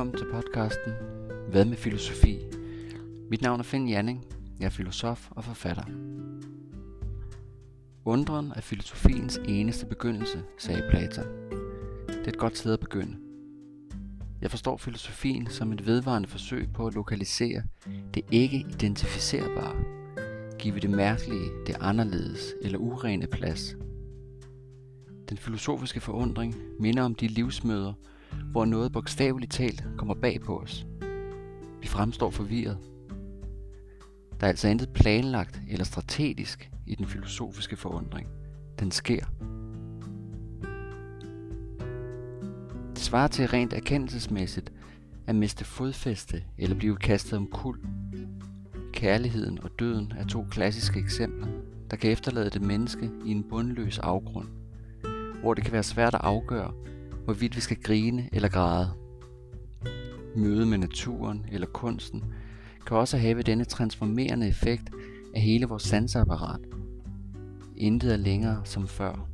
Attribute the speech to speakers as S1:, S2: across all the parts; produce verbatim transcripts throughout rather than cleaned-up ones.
S1: velkommen til podcasten Hvad med filosofi? Mit navn er Finn Janning, jeg er filosof og forfatter. Undren er filosofiens eneste begyndelse, sagde Platon. Det er et godt sted at begynde. Jeg forstår filosofien som et vedvarende forsøg på at lokalisere det ikke identificerbare, give det mærkelige, det anderledes eller urene plads. Den filosofiske forundring minder om de livsmøder, hvor noget bogstaveligt talt kommer bag på os. Vi fremstår forvirret. Der er altså intet planlagt eller strategisk i den filosofiske forundring. Den sker. Det svarer til rent erkendelsesmæssigt at miste fodfæste eller blive kastet omkuld. Kærligheden og døden er to klassiske eksempler, der kan efterlade det menneske i en bundløs afgrund, hvor det kan være svært at afgøre, hvorvidt vi skal grine eller græde. Mødet med naturen eller kunsten kan også have denne transformerende effekt af hele vores sanseapparat. Intet er længere som før.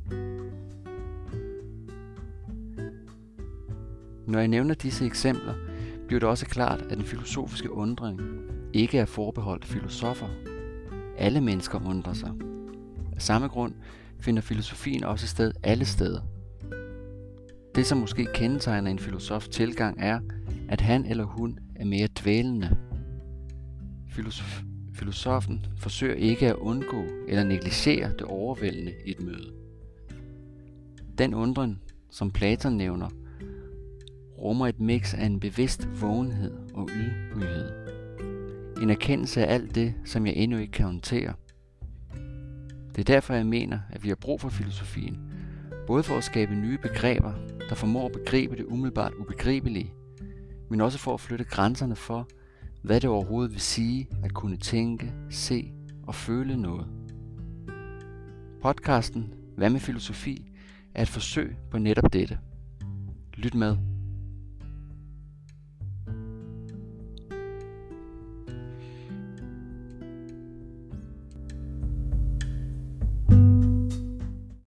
S1: Når jeg nævner disse eksempler, bliver det også klart, at den filosofiske undring ikke er forbeholdt filosofer. Alle mennesker undrer sig. Af samme grund finder filosofien også sted alle steder. Det, som måske kendetegner en filosofs tilgang, er, at han eller hun er mere dvælende. Filosof- filosofen forsøger ikke at undgå eller negligere det overvældende i et møde. Den undren, som Platon nævner, rummer et mix af en bevidst vågenhed og ydmyghed. En erkendelse af alt det, som jeg endnu ikke kan håndtere. Det er derfor, jeg mener, at vi har brug for filosofien, både for at skabe nye begreber, der formår at begribe det umiddelbart ubegribelige, men også for at flytte grænserne for, hvad det overhovedet vil sige at kunne tænke, se og føle noget. Podcasten Hvad med filosofi er et forsøg på netop dette. Lyt med.